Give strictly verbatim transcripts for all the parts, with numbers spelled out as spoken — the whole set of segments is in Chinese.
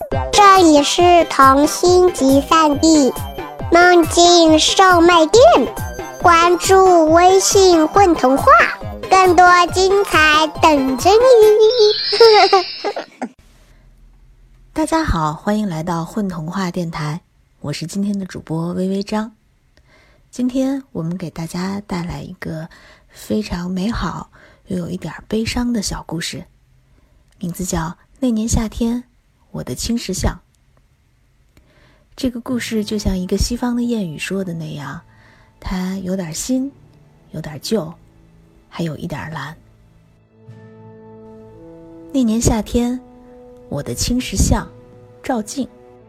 这里是童心集散地梦境售卖店，关注微信混童话，更多精彩等着你。 大家好，欢迎来到混童话电台，我是今天的主播微微张。今天我们给大家带来一个非常美好又有一点悲伤的小故事，名字叫《那年夏天，我的青石巷》。这个故事就像一个西方的谚语说的那样，它有点新，有点旧，还有一点蓝。那年夏天，我的青石巷，赵静。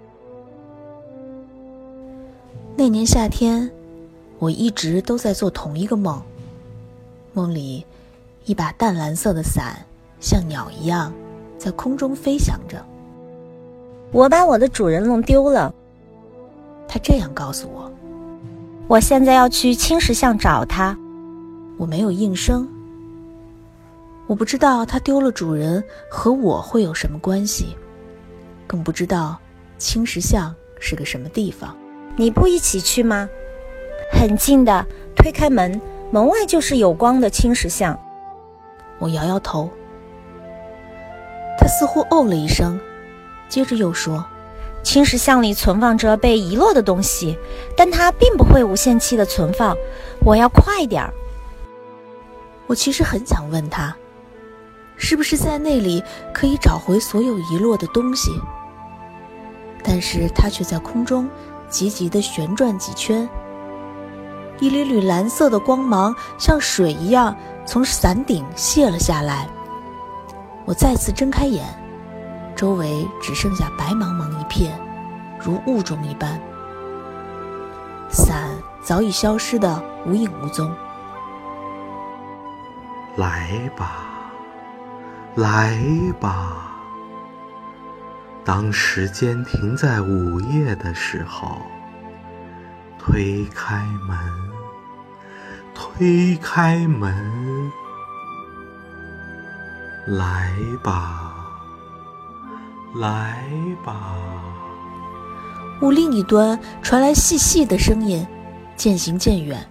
那年夏天，我一直都在做同一个梦，梦里一把淡蓝色的伞像鸟一样在空中飞翔着。 我把我的主人弄丢了， 他这样告诉我。 我现在要去青石巷找他。 我没有应声。我不知道他丢了主人和我会有什么关系，更不知道青石巷是个什么地方。 你不一起去吗？很近的，推开门，门外就是有光的青石巷。 我摇摇头。他似乎哦了一声，接着又说， 青石巷里存放着被遗落的东西，但它并不会无限期的存放，我要快点儿。 我其实很想问他，是不是在那里可以找回所有遗落的东西，但是他却在空中急急地旋转几圈，一缕缕蓝色的光芒像水一样从伞顶泻了下来。我再次睁开眼，周围只剩下白茫茫一片，如雾中一般，伞早已消失得无影无踪。 来吧，来吧，当时间停在午夜的时候，推开门，推开门，来吧，来吧。 屋另一端传来细细的声音，渐行渐远。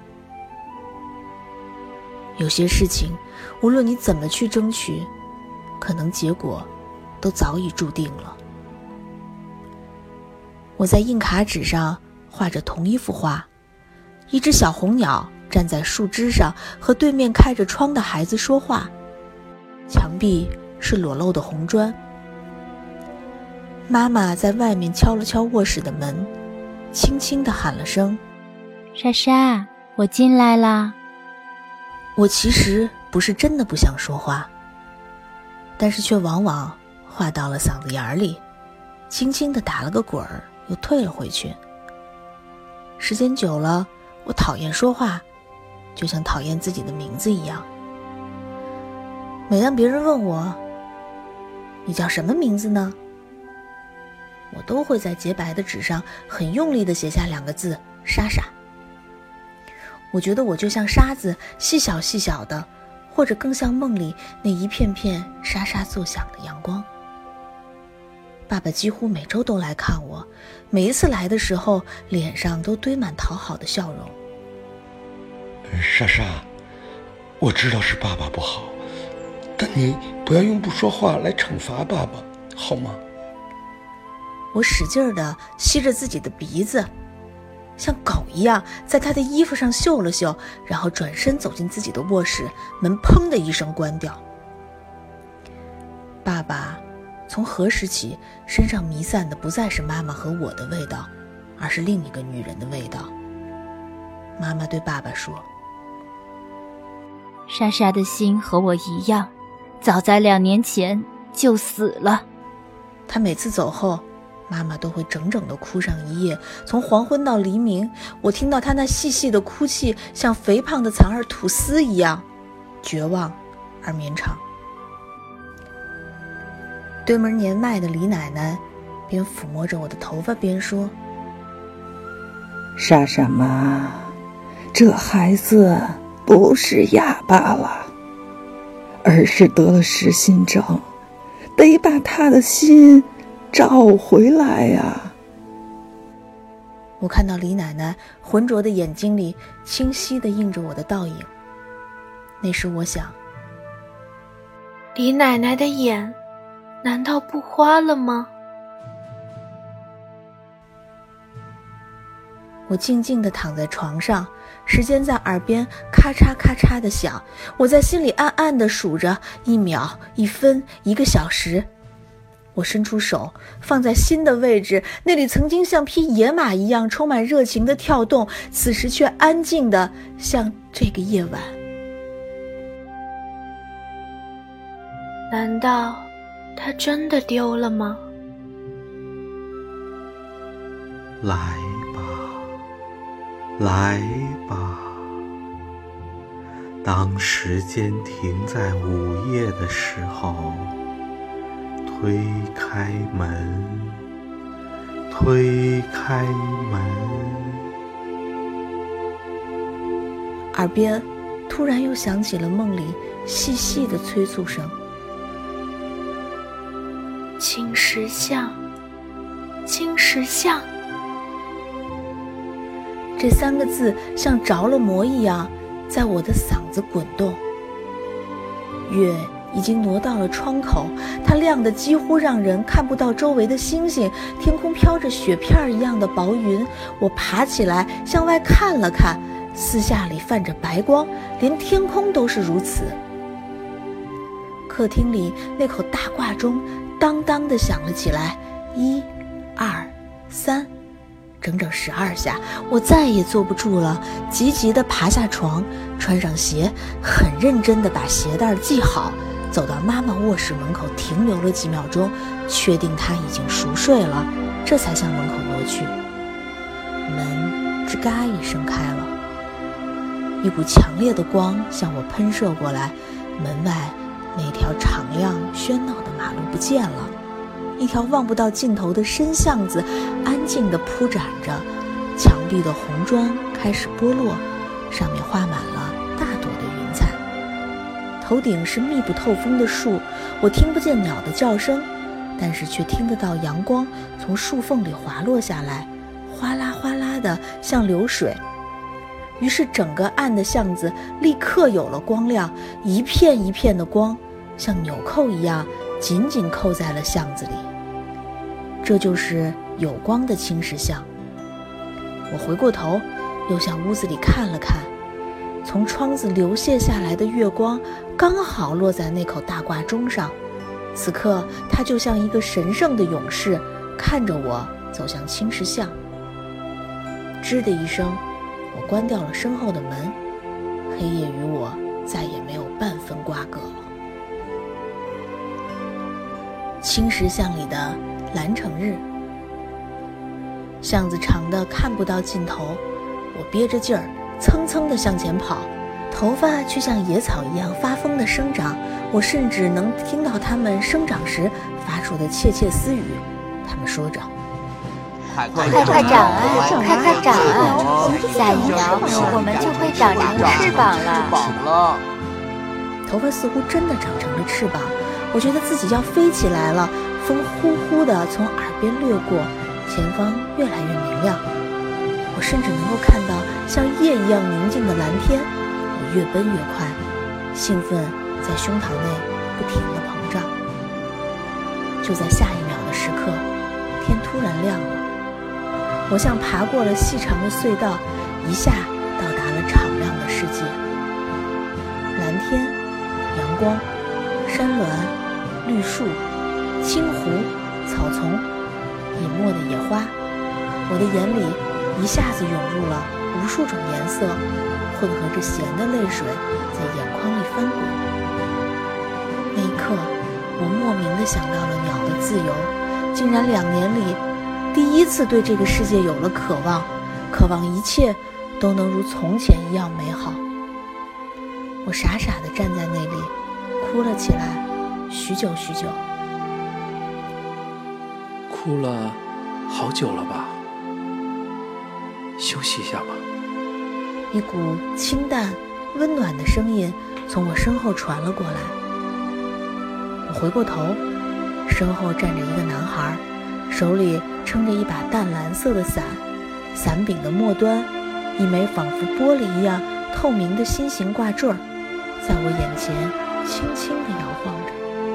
有些事情无论你怎么去争取，可能结果都早已注定了。我在硬卡纸上画着同一幅画，一只小红鸟站在树枝上和对面开着窗的孩子说话，墙壁是裸露的红砖。妈妈在外面敲了敲卧室的门，轻轻地喊了声， 莎莎，我进来啦。 我其实不是真的不想说话，但是却往往话到了嗓子眼里，轻轻地打了个滚儿，又退了回去。时间久了，我讨厌说话，就像讨厌自己的名字一样。每当别人问我，你叫什么名字呢？我都会在洁白的纸上很用力地写下两个字，莎莎。我觉得我就像沙子，细小细小的，或者更像梦里那一片片沙沙作响的阳光。爸爸几乎每周都来看我，每一次来的时候，脸上都堆满讨好的笑容。 莎莎，我知道是爸爸不好，但你不要用不说话来惩罚爸爸，好吗？ 我使劲地吸着自己的鼻子，像狗一样在他的衣服上嗅了嗅，然后转身走进自己的卧室，门砰的一声关掉。爸爸从何时起身上弥散的不再是妈妈和我的味道，而是另一个女人的味道。妈妈对爸爸说， 莎莎的心和我一样，早在两年前就死了。 她每次走后，妈妈都会整整地哭上一夜，从黄昏到黎明，我听到她那细细的哭泣，像肥胖的蚕儿吐丝一样，绝望而绵长。对门年迈的李奶奶边抚摸着我的头发边说， 莎莎妈，这孩子不是哑巴了，而是得了失心症，得把他的心找回来呀！ 我看到李奶奶浑浊的眼睛里清晰地映着我的倒影。那时我想， 李奶奶的眼难道不花了吗？ 我静静地躺在床上，时间在耳边咔嚓咔嚓地响，我在心里暗暗地数着一秒、一分、一个小时。我伸出手放在心的位置，那里曾经像匹野马一样充满热情的跳动，此时却安静的像这个夜晚。 难道它真的丢了吗？ 来吧，来吧，当时间停在午夜的时候，推开门，推开门。 耳边突然又响起了梦里细细的催促声。 青石巷，青石巷。 这三个字像着了魔一样在我的嗓子滚动。月已经挪到了窗口，它亮得几乎让人看不到周围的星星，天空飘着雪片一样的薄云。我爬起来向外看了看，四下里泛着白光，连天空都是如此。客厅里那口大挂钟当当地响了起来，一、二、三，整整十二下。我再也坐不住了，急急地爬下床，穿上鞋，很认真地把鞋带系好，走到妈妈卧室门口停留了几秒钟，确定她已经熟睡了，这才向门口挪去。门吱嘎一声开了，一股强烈的光向我喷射过来，门外那条敞亮喧闹的马路不见了，一条望不到尽头的深巷子安静地铺展着，墙壁的红砖开始剥落，上面画满了大朵的云彩。头顶是密不透风的树，我听不见鸟的叫声，但是却听得到阳光从树缝里滑落下来，哗啦哗啦的像流水。于是整个暗的巷子立刻有了光亮，一片一片的光像纽扣一样紧紧扣在了巷子里。这就是有光的青石巷。我回过头又向屋子里看了看，从窗子流泻下来的月光刚好落在那口大挂钟上，此刻它就像一个神圣的勇士，看着我走向青石巷。吱的一声，我关掉了身后的门，黑夜与我再也没有半分瓜葛了。青石巷里的蓝城日，巷子长的看不到尽头，我憋着劲儿蹭蹭地向前跑，头发却像野草一样发疯地生长，我甚至能听到它们生长时发出的窃窃私语。它们说着： 快快长啊，快快长啊，下一秒我们就会长成翅膀了。 头发似乎真的长成了翅膀，我觉得自己要飞起来了，风呼呼地从耳边掠过，前方越来越明亮，我甚至能够看到像夜一样宁静的蓝天。我越奔越快，兴奋在胸膛内不停地膨胀。就在下一秒的时刻，天突然亮了，我像爬过了细长的隧道，一下到达了敞亮的世界。蓝天、阳光、山峦、绿树、青湖、草丛、隐没的野花，我的眼里一下子涌入了无数种颜色，混合着咸的泪水在眼眶里翻滚。那一刻，我莫名地想到了鸟的自由，竟然两年里第一次对这个世界有了渴望，渴望一切都能如从前一样美好。我傻傻地站在那里，哭了起来，许久许久。 哭了好久了吧？休息一下吧。 一股清淡温暖的声音从我身后传了过来。我回过头，身后站着一个男孩， 手里撑着一把淡蓝色的伞，伞柄的末端，一枚仿佛玻璃一样透明的心形挂坠，在我眼前轻轻地摇晃着。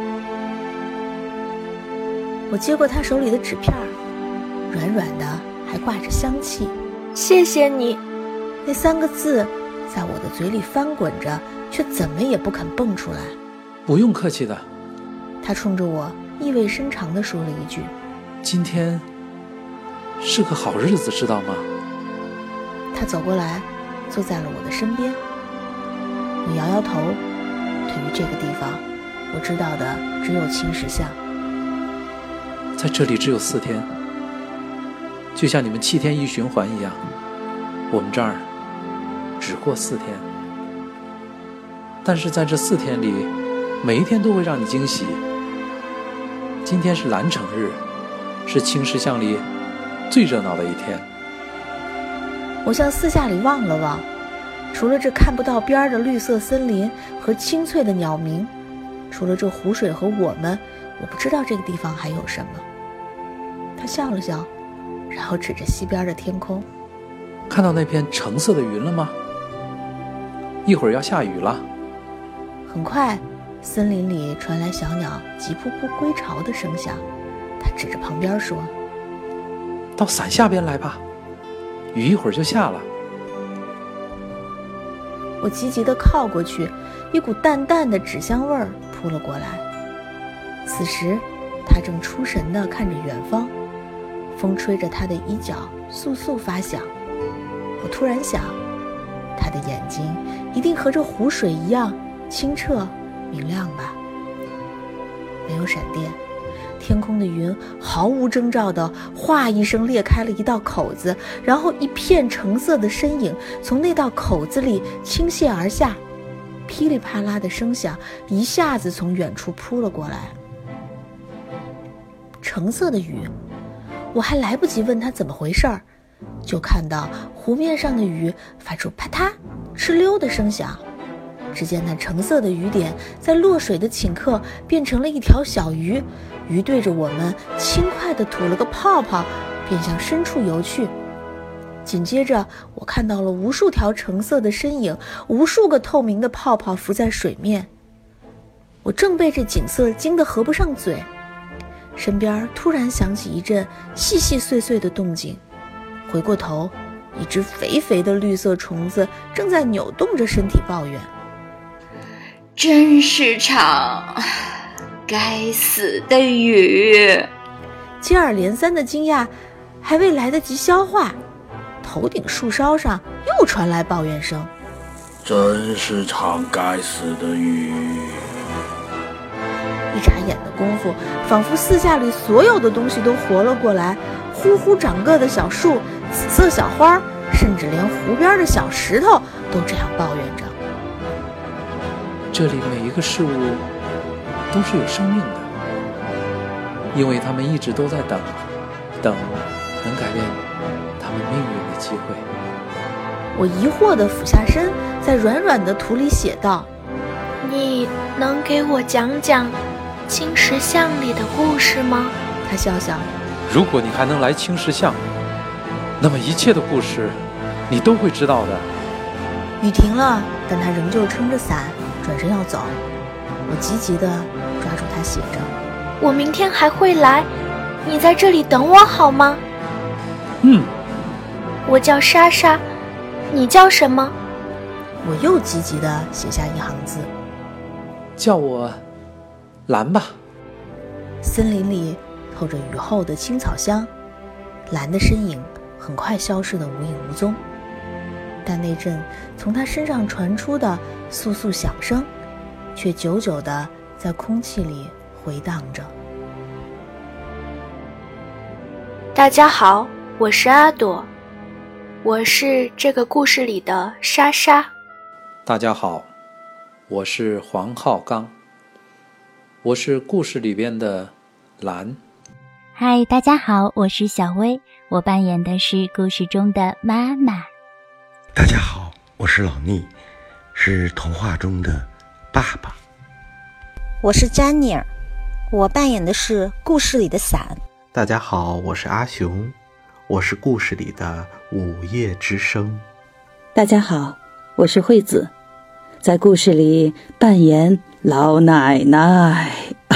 我接过他手里的纸片，软软的，还挂着香气。 谢谢你。 那三个字在我的嘴里翻滚着，却怎么也不肯蹦出来。 不用客气的。 他冲着我意味深长地说了一句： 今天是个好日子，知道吗？ 他走过来，坐在了我的身边。我摇摇头，对于这个地方，我知道的只有青石巷。 在这里只有四天，就像你们七天一循环一样，我们这儿只过四天。但是在这四天里，每一天都会让你惊喜。今天是蓝城日，是青石巷里最热闹的一天。 我向四下里望了望，除了这看不到边儿的绿色森林和清脆的鸟鸣，除了这湖水和我们，我不知道这个地方还有什么。他笑了笑，然后指着西边的天空。 看到那片橙色的云了吗？一会儿要下雨了。 很快，森林里传来小鸟急扑扑归巢的声响。他指着旁边说： 到伞下边来吧，雨一会儿就下了。 我急急地靠过去，一股淡淡的纸香味儿扑了过来。此时他正出神地看着远方，风吹着他的衣角簌簌发响。我突然想，他的眼睛一定和这湖水一样清澈明亮吧。没有闪电，天空的云毫无征兆地哗一声裂开了一道口子，然后一片橙色的身影从那道口子里倾泻而下，噼里啪啦的声响一下子从远处扑了过来。橙色的雨，我还来不及问他怎么回事儿，就看到湖面上的雨发出啪嗒哧溜的声响。只见那橙色的雨点在落水的顷刻变成了一条小鱼，鱼对着我们轻快地吐了个泡泡，便向深处游去。紧接着我看到了无数条橙色的身影，无数个透明的泡泡浮在水面。我正被这景色惊得合不上嘴，身边突然响起一阵细细碎碎的动静，回过头，一只肥肥的绿色虫子正在扭动着身体抱怨： 真是场该死的雨。 接二连三的惊讶还未来得及消化，头顶树梢上又传来抱怨声： 真是场该死的雨。 一眨眼的功夫，仿佛四下里所有的东西都活了过来，呼呼长个的小树，紫色小花，甚至连湖边的小石头都这样抱怨着。 这里每一个事物都是有生命的，因为他们一直都在等，等能改变他们命运的机会。 我疑惑地俯下身，在软软的土里写道： 你能给我讲讲青石巷里的故事吗？ 他笑笑： 如果你还能来青石巷，那么一切的故事你都会知道的。 雨停了，但他仍旧撑着伞转身要走。我急急地抓住他写着： 我明天还会来，你在这里等我好吗？ 嗯。 我叫莎莎，你叫什么？ 我又急急地写下一行字： 叫我蓝吧。 森林里透着雨后的青草香，蓝的身影很快消失得无影无踪，但那阵从他身上传出的簌簌响声却久久地在空气里回荡着。 大家好，我是阿朵，我是这个故事里的莎莎。 大家好，我是黄浩刚，我是故事里边的蓝。 嗨，大家好，我是小薇，我扮演的是故事中的妈妈。 大家好，我是老聂，是童话中的爸爸。 我是詹妮尔，我扮演的是故事里的伞。 大家好，我是阿雄，我是故事里的午夜之声。 大家好，我是惠子，在故事里扮演老奶奶。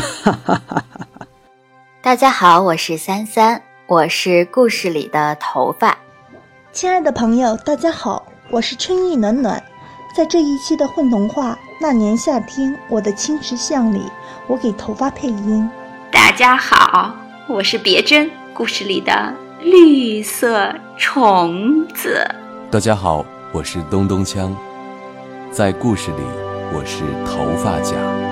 大家好，我是三三，我是故事里的头发。 亲爱的朋友，大家好，我是春意暖暖，在这一期的混童话《那年夏天我的青石巷》里，我给头发配音。 大家好，我是别针，故事里的绿色虫子。 大家好，我是东东锵，在故事里我是头发甲。